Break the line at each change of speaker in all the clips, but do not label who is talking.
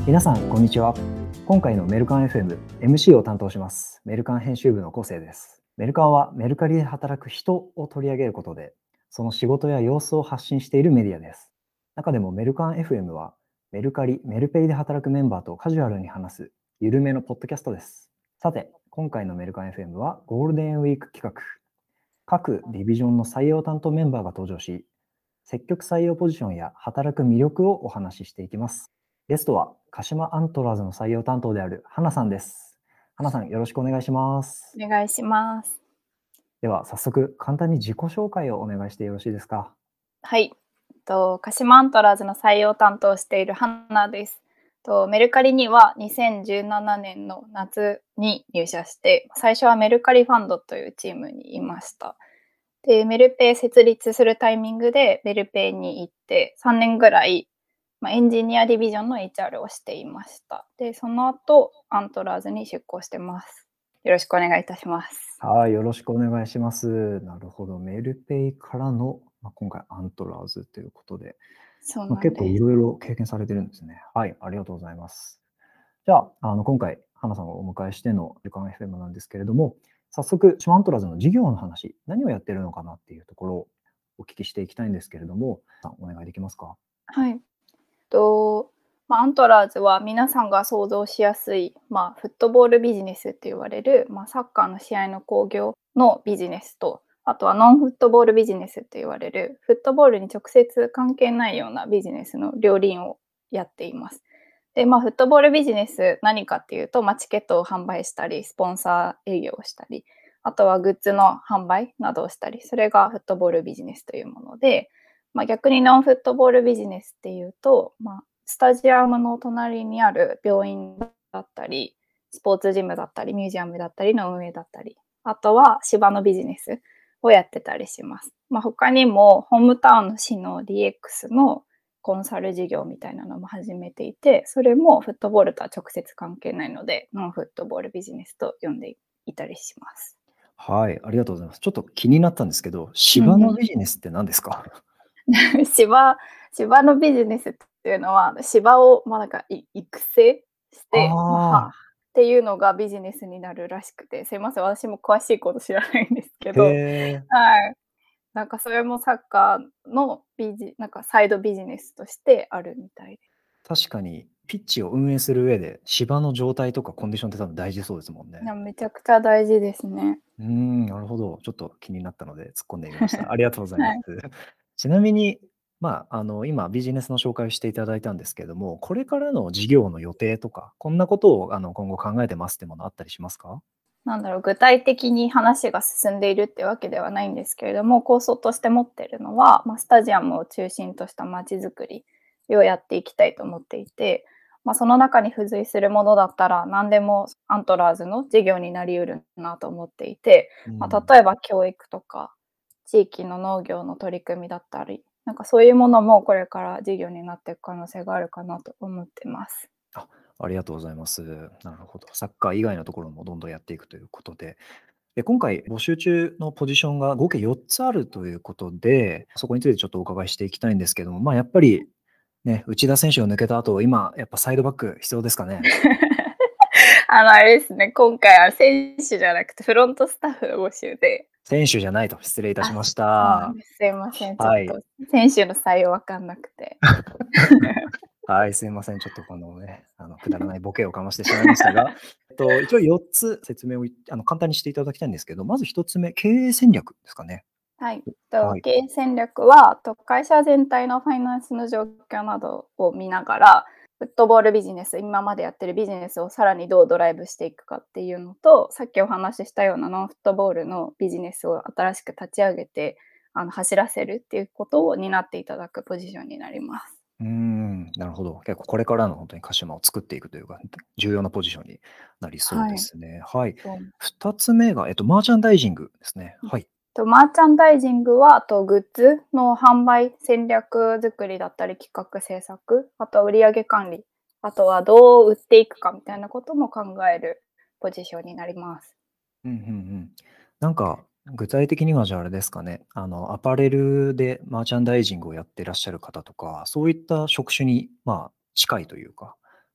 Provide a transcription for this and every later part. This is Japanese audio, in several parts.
皆さんこんにちは。今回のメルカン FM MC を担当しますメルカン編集部の昴生です。メルカンはメルカリで働く人を取り上げることで、その仕事や様子を発信しているメディアです。中でもメルカン FM はメルカリ、メルペイで働くメンバーとカジュアルに話すゆるめのポッドキャストです。さて、今回のメルカン FM はゴールデンウィーク企画、各ディビジョンの採用担当メンバーが登場し、積極採用ポジションや働く魅力をお話ししていきます。ゲストは鹿島アントラーズの採用担当である花さんです。花さん、よろしくお願いします。
お願いします。
では早速簡単に自己紹介をお願いしてよろしいですか。
はい。鹿島アントラーズの採用担当している花です。メルカリには2017年の夏に入社して、最初はメルカリファンドというチームにいました。で、メルペイ設立するタイミングでメルペイに行って3年ぐらい、エンジニアディビジョンの HR をしていました。で、その後、アントラーズに出向してます。よろしくお願いいたします。
はい、よろしくお願いします。なるほど、メルペイからの、今回アントラーズということで、
そうなんです。
結構いろいろ経験されてるんですね。はい、ありがとうございます。じゃあ、今回、花さんをお迎えしてのルカン FM なんですけれども、早速、シマアントラーズの事業の話、何をやってるのかなっていうところをお聞きしていきたいんですけれども、お願いできますか？
はい。アントラーズは皆さんが想像しやすい、フットボールビジネスって言われる、サッカーの試合の興行のビジネスと、あとはノンフットボールビジネスって言われる、フットボールに直接関係ないようなビジネスの両輪をやっています。で、フットボールビジネス何かっていうと、チケットを販売したり、スポンサー営業をしたり、あとはグッズの販売などをしたり、それがフットボールビジネスというもので、逆にノンフットボールビジネスっていうと、スタジアムの隣にある病院だったり、スポーツジムだったり、ミュージアムだったりの運営だったり、あとは芝のビジネスをやってたりします。他にもホームタウンの市の DX のコンサル事業みたいなのも始めていて、それもフットボールとは直接関係ないので、ノンフットボールビジネスと呼んでいたりします。
はい、ありがとうございます。ちょっと気になったんですけど、芝の
うんうん。
ビジネスって何ですか？
芝芝のビジネスっていうのは、芝を、育成して、
ああ、
っていうのがビジネスになるらしくて、すいません、私も詳しいこと知らないんですけ
へ
ど、
え、
はい。それもサッカーのサイドビジネスとしてあるみたいで。
確かにピッチを運営する上で、芝の状態とかコンディションって多分大事そうですもんね。
めちゃくちゃ大事ですね。
なるほど。ちょっと気になったので突っ込んでみました。ありがとうございます。
はい。
ちなみに、今ビジネスの紹介をしていただいたんですけれども、これからの事業の予定とか、こんなことを今後考えてますってものあったりしますか？
具体的に話が進んでいるってわけではないんですけれども、構想として持っているのは、スタジアムを中心とした街づくりをやっていきたいと思っていて、その中に付随するものだったら、何でもアントラーズの事業になりうるなと思っていて、
うん。
例えば教育とか、地域の農業の取り組みだったり、そういうものもこれから事業になっていく可能性があるかなと思ってます。
あ、ありがとうございます。なるほど。サッカー以外のところもどんどんやっていくということで。で、今回募集中のポジションが合計4つあるということで、そこについてちょっとお伺いしていきたいんですけども、やっぱりね、内田選手を抜けた後、今やっぱサイドバック必要ですかね？
あれですね、今回は選手じゃなくてフロントスタッフの募集で、
選手じゃないと、失礼いたしまし
そうなん
た。
です。すいません、ちょっ
はい。
と選手の採用わかんなくて。
はい、すいません。ちょっとこのね、くだらないボケをかましてしまいましたが、一応4つ説明を簡単にしていただきたいんですけど、まず1つ目、経営戦略ですかね。
はい。
はい。
経営戦略は、会社全体のファイナンスの状況などを見ながら、フットボールビジネス、今までやってるビジネスをさらにどうドライブしていくかっていうのと、さっきお話ししたようなノンフットボールのビジネスを新しく立ち上げて、走らせるっていうことを担っていただくポジションになります。
なるほど。結構これからの本当に鹿島を作っていくというか、重要なポジションになりそう
はい。
ですね。はい。
そう。
2つ目が、マーチャンダイジングですね。はい。
マーチャンダイジングは、グッズの販売、戦略作りだったり、企画制作、あとは売上管理、あとはどう売っていくかみたいなことも考えるポジションになります。
うんうんうん。なんか、具体的にはじゃああれですかね、アパレルでマーチャンダイジングをやってらっしゃる方とか、そういった職種に、近いというか、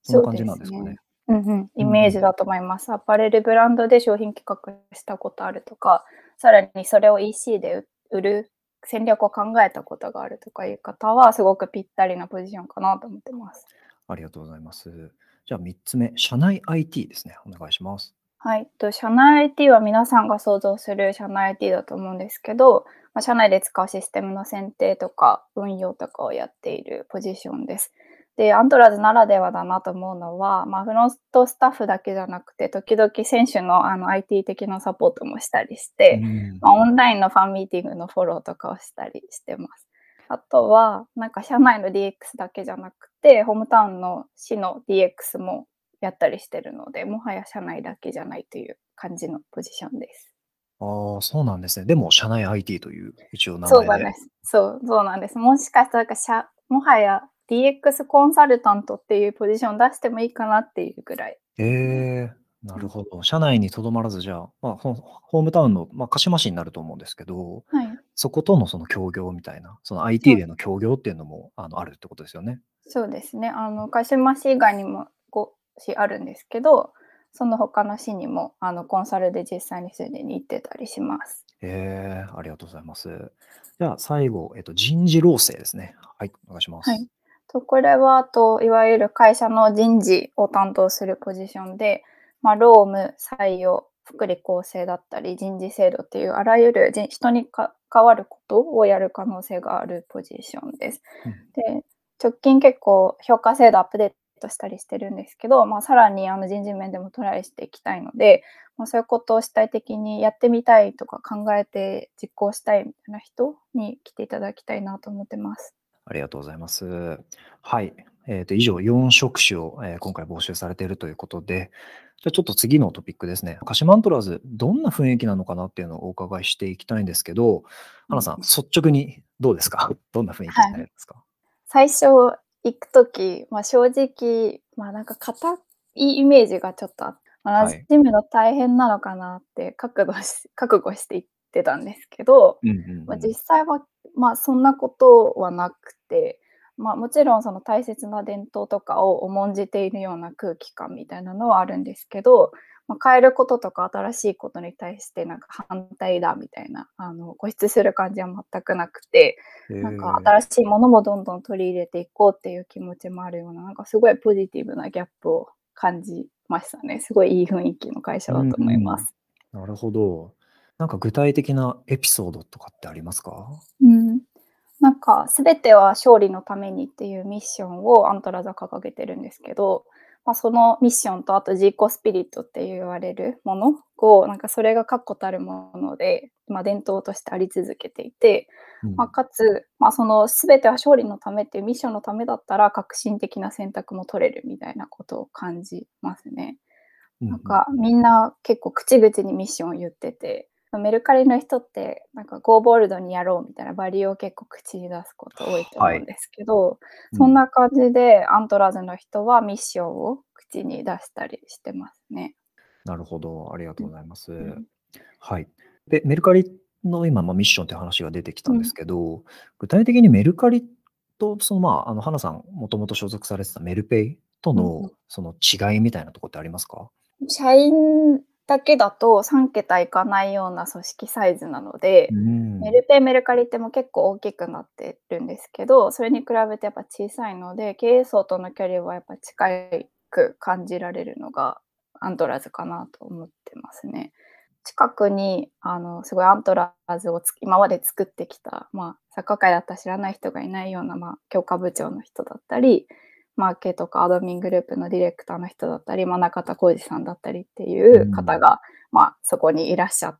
そんな
そう
感じ
ですね。
なんですかね。
うんうん、イ
うんうん。
メージだと思います。アパレルブランドで商品企画したことあるとか、さらにそれを EC で売る戦略を考えたことがあるとかいう方は、すごくぴったりなポジションかなと思ってます。
ありがとうございます。じゃあ3つ目、社内 IT ですね。お願いします。
はい、社内 IT は皆さんが想像する社内 IT だと思うんですけど、社内で使うシステムの選定とか運用とかをやっているポジションです。で、アントラーズならではだなと思うのは、フロントスタッフだけじゃなくて、時々選手のIT 的なサポートもしたりし
う
て、
ん。
オンラインのファンミーティングのフォローとかをしたりしてます。あとは、なんか社内の DX だけじゃなくて、ホームタウンの市の DX もやったりしてるので、もはや社内だけじゃないという感じのポジションです。
ああ、そうなんですね。でも社内 IT という一応名前で。
そうなんです。そうなんです。もしかしたらもはや DX コンサルタントっていうポジション出してもいいかなっていうぐらい
え
ですね。
え、な
うん。
るほど。社内にとどまらず、じゃあ、ホームタウンの、鹿島市になると思うんですけど、
はい。
そことのその協業みたいな、その
そ
IT
う
での協業っていうのも、あるってことですよね。
そうですね。鹿島市以外にも5市あるんですけど、その他の市にもコンサルで実際にすでに行ってたりします。
ええ、ありがとうございます。じゃあ最後、人事労政ですね。はい、お願いしま
はい。
す。
これは、いわゆる会社の人事を担当するポジションで、労務、採用、福利厚生だったり、人事制度っていうあらゆる人に関わることをやる可能性があるポジションです。
うん。
で、直近結構評価制度アップデートしたりしてるんですけど、さらに人事面でもトライしていきたいので、そういうことを主体的にやってみたいとか考えて実行したいみたいな人に来ていただきたいなと思ってます。
ありがとうございます。はい。以上4職種を、今回募集されているということで、じゃあちょっと次のトピックですね。鹿島アントラーズ、どんな雰囲気なのかなっていうのをお伺いしていきたいんですけど、花さん、
うん。
率直にどうですか？どんな雰囲気に
はい。
なりますか？
最初行く時、正直、なんか硬いイメージがちょっと馴
はい。
染むの大変なのかなって覚悟して行ってたんですけど、
うんうんうん。
実際は、そんなことはなくて、もちろんその大切な伝統とかを重んじているような空気感みたいなのはあるんですけど、変えることとか新しいことに対してなんか反対だみたいな、固執する感じは全くなくて、
へ
なんか
え、
新しいものもどんどん取り入れていこうっていう気持ちもあるような、なんかすごいポジティブなギャップを感じましたね。すごいいい雰囲気の会社
うん
だと思い
うん。
ます。
なるほど。なんか具体的なエピソードとかってありますか？
うん。なんか全ては勝利のためにっていうミッションをアントラーズは掲げてるんですけど、そのミッションとあとジーコスピリットって言われるものを、なんかそれが確固たるもので、伝統としてあり続けていて、
うん。
かつ、その全ては勝利のためっていうミッションのためだったら、革新的な選択も取れるみたいなことを感じますね。
うんうん。
なんか、みんな結構口々にミッションを言ってて、メルカリの人って、なんか Go ボールドにやろうみたいなバリューを結構口に出すこと多いと
はい。
思うんですけど、
うん。
そんな感じでアントラーズの人はミッションを口に出したりしてますね。
なるほど、ありがと
うん。
うございます。
うん。
はい。で、メルカリの今、ミッションっていう話が出てきたんです
うん。
けど、具体的にメルカリと、花さんもともと所属されてたメルペイとの、
うんうん。
その違いみたいなとこってありますか？
社員だけだと3桁いかないような組織サイズなので、
うーん。
メルペイ、メルカリっても結構大きくなってるんですけど、それに比べてやっぱ小さいので、経営層との距離はやっぱ近く感じられるのがアントラーズかなと思ってますね。近くにすごいアントラーズを今まで作ってきた、サッカー界だったら知らない人がいないような、強化部長の人だったり、マーケとかアドミングループのディレクターの人だったり、中田浩二さんだったりってい
う
う方
ん。
が、そこにいらっしゃって、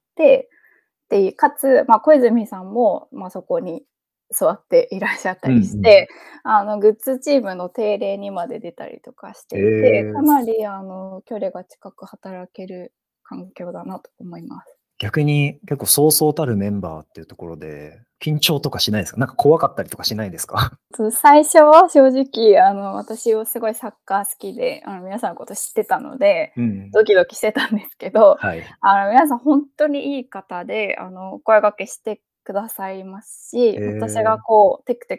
で、かつ、小泉さんも、そこに座っていらっしゃった
うんうん。
りして、グッズチームの定例にまで出たりとかし
え
ていて、か
え。
なり距離が近く働ける環境だなと思います。
逆に結構そうそうたるメンバーっていうところで、緊張とかしないですか？なんか怖かったりとかしないですか？
最初は正直、私はすごいサッカー好きで、皆さんのこと知ってたので、
うん。
ドキドキしてたんですけど、
はい。
皆さんほんとにいい方で、お声掛けしてくださいますし、
え
私が
え。
こうテクテク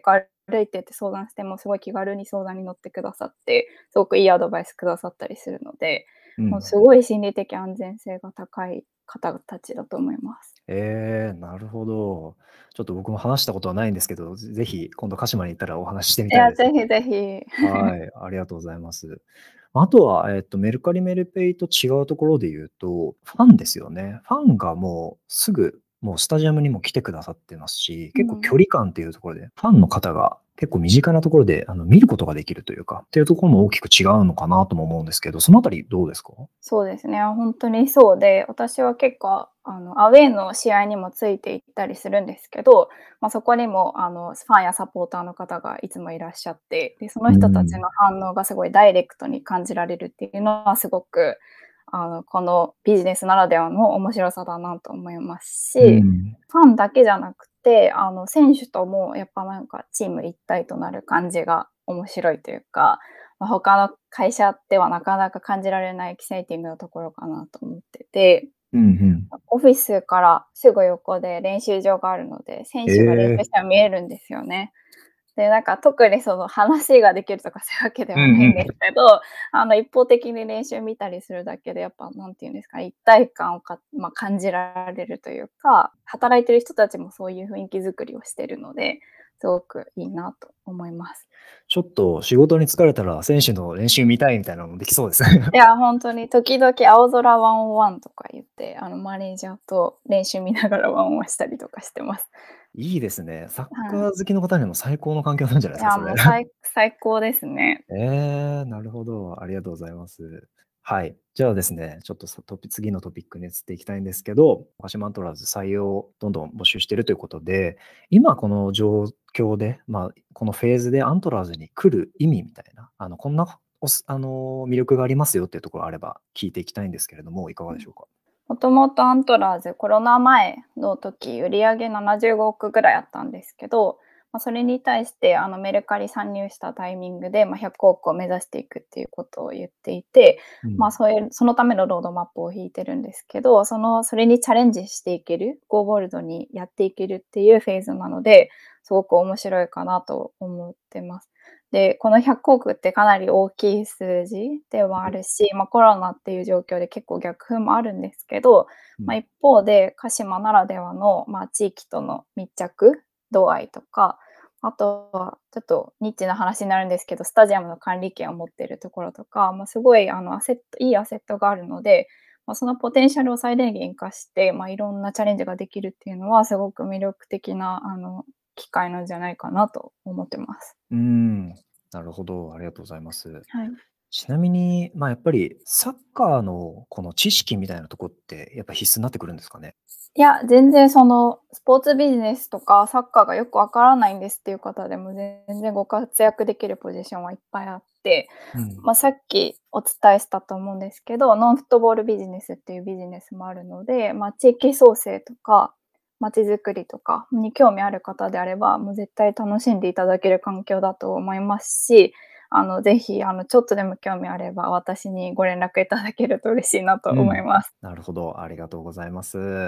悪いって言って相談しても、すごい気軽に相談に乗ってくださって、すごくいいアドバイスくださったりするので、もう
うん。
すごい心理的安全性が高い方たちだと思います。
なるほど。ちょっと僕も話したことはないんですけど、ぜひ今度鹿島に行ったらお話ししてみ
いや、
たいです。
ぜひぜひ。
はい、ありがとうございます。あとは、メルカリメルペイと違うところで言うと、ファンですよね。ファンがもうすぐ、もうスタジアムにも来てくださってますし、結構距
うん。
離感っていうところで、ファンの方が結構身近なところで、見ることができるというか、っていうところも大きく違うのかなとも思うんですけど、そのあたりどうですか？
そうですね、ほんとにそうで、私は結構、アウェイの試合にもついて行ったりするんですけど、そこにも、ファンやサポーターの方がいつもいらっしゃって、で、その
う
人たち
ん。
の反応がすごいダイレクトに感じられるっていうのはすごく、このビジネスならではの面白さだなと思います
う
し、
ん。
ファンだけじゃなくて、選手ともやっぱなんかチーム一体となる感じが面白いというか、他の会社ではなかなか感じられないエキサイティングなところかなと思ってて、
うんうん。
オフィスからすぐ横で練習場があるので、選手が練習し
ええ。
ては見えるんですよね。で、なんか特にその話ができるとかそういうわけで
うんうん。
はないんですけど、一方的に練習見たりするだけでやっぱ何て言うんですか、一体感を感じられるというか、働いてる人たちもそういう雰囲気作りをしてるので、すごくいいなと思います。
ちょっと仕事に疲れたら選手の練習見たいみたいなのもできそうですね。
いや、ほんとに時々青空ワンオンワンとか言って、マネージャーと練習見ながらワンオンワンしたりとかしてます。
いいですね。サッ
はい。
カー好きの方にも最高の環境なんじゃないですか、
いや、
それ。
もう最高ですね。
なるほど。ありがとうございます。はい。じゃあですね、ちょっと次のトピックに移っていきたいんですけど、鹿島アントラーズ採用をどんどん募集しているということで、今この状況で、このフェーズでアントラーズに来る意味みたいな、こんな魅力がありますよっていうところあれば聞いていきたいんですけれども、いかがでしょうか？
もともとアントラーズ、コロナ前の時、売上75億ぐらいあったんですけど、それに対してメルカリ参入したタイミングで、100億を目指していくっていうことを言っていて、
うん。
そのためのロードマップを引いてるんですけど、それにチャレンジしていける、ゴーボールドにやっていけるっていうフェーズなので、すごく面白いかなと思ってます。で、この100億ってかなり大きい数字ではあるし、コロナっていう状況で結構逆風もあるんですけど、
うん。
一方で鹿島ならではの、地域との密着度合いとか、あとはちょっとニッチな話になるんですけど、スタジアムの管理権を持っているところとか、すごいいいアセットがあるので、そのポテンシャルを最大限活かして、いろんなチャレンジができるっていうのはすごく魅力的な機会なんじゃないかなと思ってます。
うーん、なるほど、ありがとうございます。
はい。
ちなみに、やっぱりサッカーのこの知識みたいなとこって、やっぱ必須になってくるんですかね？
いや、全然そのスポーツビジネスとかサッカーがよくわからないんですっていう方でも全然ご活躍できるポジションはいっぱいあって、
うん。
さっきお伝えしたと思うんですけど、ノンフットボールビジネスっていうビジネスもあるので、地域創生とか、まちづくりとかに興味ある方であれば、もう絶対楽しんでいただける環境だと思いますし、ぜひ、ちょっとでも興味あれば、私にご連絡いただけると嬉しいなと
うん。
思います。
なるほど、ありがとうございます。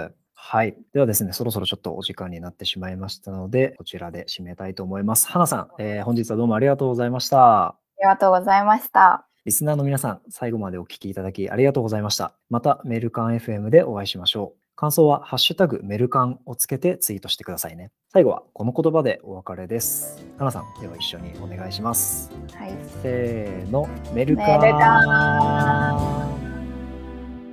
はい。ではですね、そろそろちょっとお時間になってしまいましたので、こちらで締めたいと思います。花さん、本日はどうもありがとうございました。
ありがとうございました。
リスナーの皆さん、最後までお聞きいただきありがとうございました。またメルカン FM でお会いしましょう。感想はハッシュタグメルカンをつけてツイートしてくださいね。最後はこの言葉でお別れです。花さん、では一緒にお願いします。
はい。
せーの、メルカ
メルカ
ン。